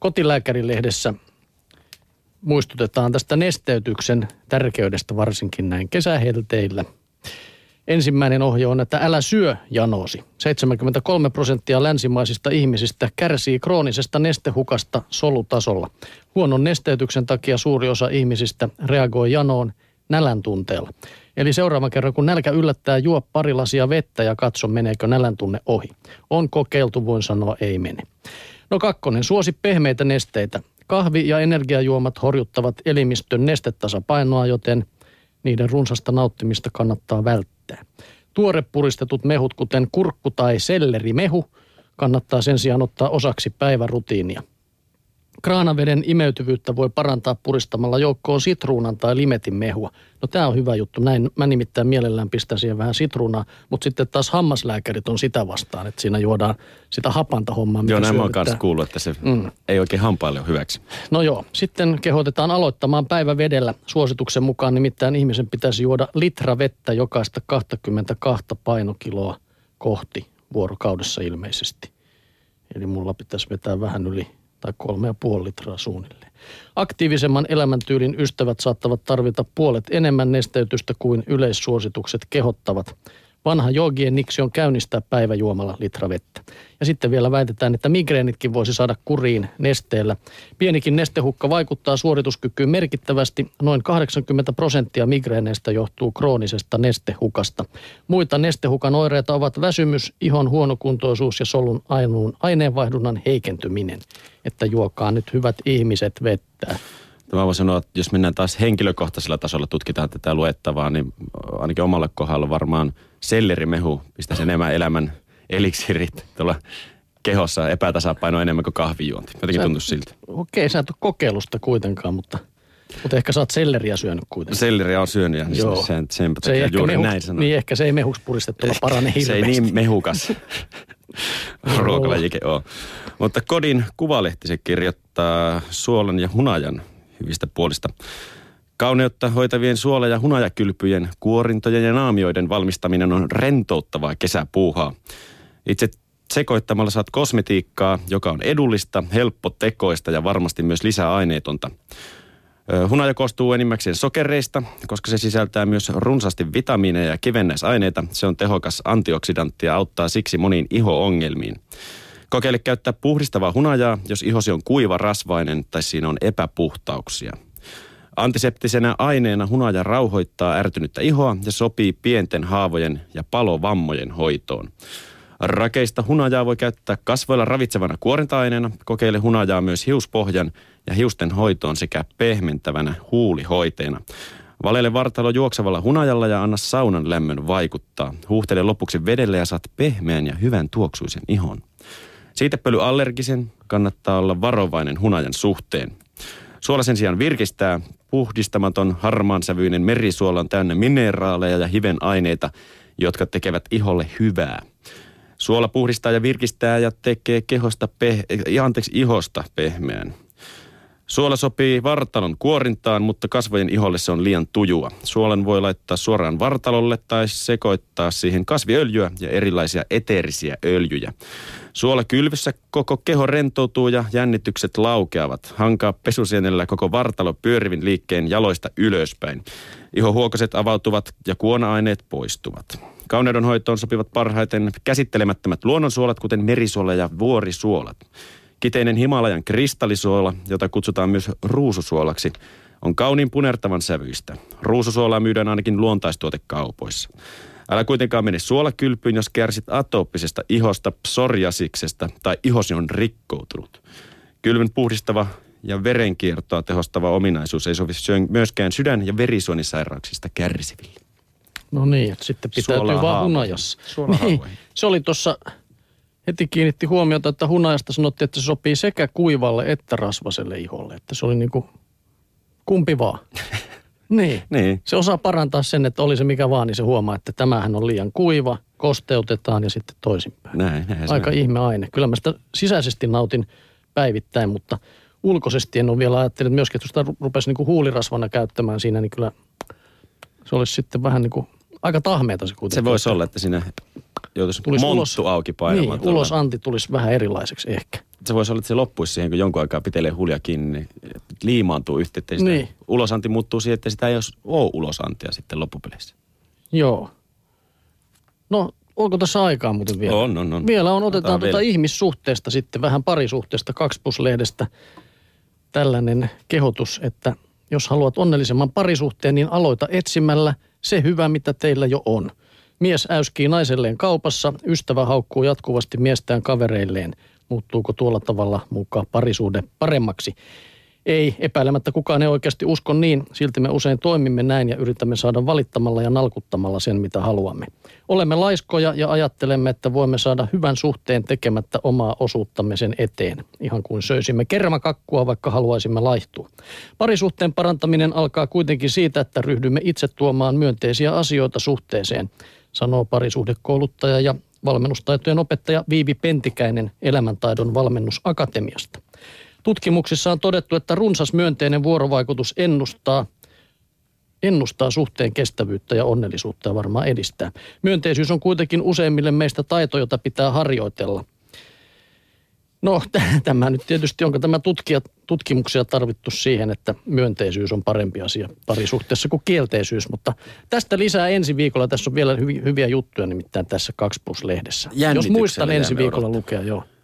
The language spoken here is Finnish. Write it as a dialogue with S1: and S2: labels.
S1: Kotilääkärilehdessä muistutetaan tästä nesteytyksen tärkeydestä varsinkin näin kesähelteillä. Ensimmäinen ohje on, että älä syö janoosi. 73% länsimaisista ihmisistä kärsii kroonisesta nestehukasta solutasolla. Huonon nesteytyksen takia suuri osa ihmisistä reagoi janoon nälän tunteella. Eli seuraavan kerran, kun nälkä yllättää, juo pari lasia vettä ja katso, meneekö nälän tunne ohi. On kokeiltu, voin sanoa, ei mene. No 2. Suosi pehmeitä nesteitä. Kahvi ja energiajuomat horjuttavat elimistön nestetasapainoa, joten niiden runsasta nauttimista kannattaa välttää. Tuorepuristetut mehut, kuten kurkku- tai sellerimehu, kannattaa sen sijaan ottaa osaksi päivärutiinia. Kraanaveden imeytyvyyttä voi parantaa puristamalla joukkoon sitruunan tai limetin mehua. No tämä on hyvä juttu. Näin mä nimittäin mielellään pistän siihen vähän sitruunaa, mutta sitten taas hammaslääkärit on sitä vastaan, että siinä juodaan sitä hapanta-hommaa.
S2: Joo, näin mä oon kanssa kuullut, että se ei oikein hampaille ole hyväksi.
S1: No joo, sitten kehotetaan aloittamaan päivä vedellä. Suosituksen mukaan nimittäin ihmisen pitäisi juoda litra vettä jokaista 22 painokiloa kohti vuorokaudessa ilmeisesti. Eli mulla pitäisi vetää vähän yli tai 3,5 litraa suunnilleen. Aktiivisemman elämäntyylin ystävät saattavat tarvita puolet enemmän nesteytystä kuin yleissuositukset kehottavat. Vanha joogien niksi on käynnistää päivä juomalla litra vettä. Ja sitten vielä väitetään, että migreenitkin voisi saada kuriin nesteellä. Pienikin nestehukka vaikuttaa suorituskykyyn merkittävästi. Noin 80% migreeneistä johtuu kroonisesta nestehukasta. Muita nestehukan oireita ovat väsymys, ihon huonokuntoisuus ja solun aineenvaihdunnan heikentyminen. Että juokaa nyt hyvät ihmiset vettä.
S2: Mä voin sanoa, että jos mennään taas henkilökohtaisella tasolla, tutkitaan tätä luettavaa, niin ainakin omalla kohdalla varmaan sellerimehu pistäisi enemmän elämän eliksirit tuolla kehossa, epätasapainoa enemmän kuin kahvijuonti. Jotenkin tuntuu siltä.
S1: Okei, sä et ole kokeilusta kuitenkaan, mutta ehkä sä oot selleriä syönyt kuitenkin.
S2: Selleriä on syönyt ja sen takia juuri näin sanoo.
S1: Niin ehkä se ei mehuksi puristettulla parane hirveästi.
S2: Se ei niin mehukas ruokalajike ole. Mutta Kodin Kuvalehti se kirjoittaa suolan ja hunajan hyvistä puolista. Kauneutta hoitavien suola- ja hunajakylpyjen, kuorintojen ja naamioiden valmistaminen on rentouttavaa kesäpuuhaa. Itse sekoittamalla saat kosmetiikkaa, joka on edullista, helppotekoista ja varmasti myös lisäaineetonta. Hunaja koostuu enimmäkseen sokereista, koska se sisältää myös runsaasti vitamiineja ja kivennäisaineita. Se on tehokas antioksidantti ja auttaa siksi moniin iho-ongelmiin. Kokeile käyttää puhdistavaa hunajaa, jos ihosi on kuiva, rasvainen tai siinä on epäpuhtauksia. Antiseptisenä aineena hunaja rauhoittaa ärtynyttä ihoa ja sopii pienten haavojen ja palovammojen hoitoon. Rakeista hunajaa voi käyttää kasvoilla ravitsevana kuorinta-aineena. Kokeile hunajaa myös hiuspohjan ja hiusten hoitoon sekä pehmentävänä huulihoiteena. Valeile vartalo juoksevalla hunajalla ja anna saunan lämmön vaikuttaa. Huuhtele lopuksi vedellä ja saat pehmeän ja hyvän tuoksuisen ihon. Siitepölyallergisen kannattaa olla varovainen hunajan suhteen. Suola sen sijaan virkistää. Puhdistamaton harmaansävyinen merisuola on täynnä mineraaleja ja hivenaineita, jotka tekevät iholle hyvää. Suola puhdistaa ja virkistää ja tekee ihosta pehmeän. Suola sopii vartalon kuorintaan, mutta kasvojen iholle se on liian tujua. Suolan voi laittaa suoraan vartalolle tai sekoittaa siihen kasviöljyä ja erilaisia eteerisiä öljyjä. Suola kylvyssä koko keho rentoutuu ja jännitykset laukeavat. Hankaa pesusienellä koko vartalo pyörivin liikkeen jaloista ylöspäin. Ihohuokoset avautuvat ja kuona-aineet poistuvat. Kauneudenhoitoon sopivat parhaiten käsittelemättömät luonnonsuolat, kuten merisuola ja vuorisuolat. Kiteinen Himalajan kristallisuola, jota kutsutaan myös ruususuolaksi, on kauniin punertavan sävyistä. Ruususuolaa myydään ainakin luontaistuotekaupoissa. Älä kuitenkaan mene suolakylpyyn, jos kärsit atooppisesta ihosta, psoriasiksesta tai ihosi on rikkoutunut. Kylvyn puhdistava ja verenkiertoa tehostava ominaisuus ei sovi myöskään sydän- ja verisuonisairauksista kärsiville.
S1: No niin, että sitten pitäytyy vaan hunajassa. Niin, se oli tuossa, heti kiinnitti huomiota, että hunajasta sanottiin, että se sopii sekä kuivalle että rasvaselle iholle. Että se oli niin kuin kumpi vaan. Niin. Se osaa parantaa sen, että oli se mikä vaan, niin se huomaa, että tämähän on liian kuiva, kosteutetaan ja sitten toisinpäin.
S2: Näin
S1: aika ihme aine. Kyllä mä sitä sisäisesti nautin päivittäin, mutta ulkoisesti en ole vielä ajatellut myöskin, että jos sitä rupesi niin kuin huulirasvana käyttämään siinä, niin kyllä se olisi sitten vähän niin kuin aika tahmeeta se kuitenkin.
S2: Se voisi olla, että siinä joutuisi monttu auki painamaan.
S1: Niin, ulosanti tulisi vähän erilaiseksi ehkä.
S2: Se voisi olla, että se loppuisi siihen, kun jonkun aikaa pitelee hulja kiinni, niin liimaantuu yhteen.
S1: Niin.
S2: Ulosanti muuttuu siihen, että sitä ei ole ulosantia sitten loppupeleissä.
S1: Joo. No, onko tässä aikaa muuten vielä?
S2: On.
S1: Vielä otetaan ihmissuhteesta sitten, vähän parisuhteesta, 2+-lehdestä tällainen kehotus, että jos haluat onnellisemman parisuhteen, niin aloita etsimällä se hyvä, mitä teillä jo on. Mies äyskii naiselleen kaupassa, ystävä haukkuu jatkuvasti miestään kavereilleen. Muuttuuko tuolla tavalla mukaan parisuhde paremmaksi? Ei, epäilemättä kukaan ei oikeasti usko niin. Silti me usein toimimme näin ja yritämme saada valittamalla ja nalkuttamalla sen, mitä haluamme. Olemme laiskoja ja ajattelemme, että voimme saada hyvän suhteen tekemättä omaa osuuttamme sen eteen. Ihan kuin söisimme kermakakkua, vaikka haluaisimme laihtua. Parisuhteen parantaminen alkaa kuitenkin siitä, että ryhdymme itse tuomaan myönteisiä asioita suhteeseen, sanoo parisuhdekouluttaja ja valmennustaitojen opettaja Viivi Pentikäinen Elämäntaidon valmennusakatemiasta. Tutkimuksissa on todettu, että runsas myönteinen vuorovaikutus ennustaa suhteen kestävyyttä ja onnellisuutta ja varmaan edistää. Myönteisyys on kuitenkin useimmille meistä taito, jota pitää harjoitella. No, tämä nyt tietysti, onko tämä tutkimuksia tarvittu siihen, että myönteisyys on parempi asia parisuhteessa kuin kielteisyys, mutta tästä lisää ensi viikolla. Tässä on vielä hyviä juttuja nimittäin tässä 2+-lehdessä. Jos muistan ensi viikolla lukea, joo.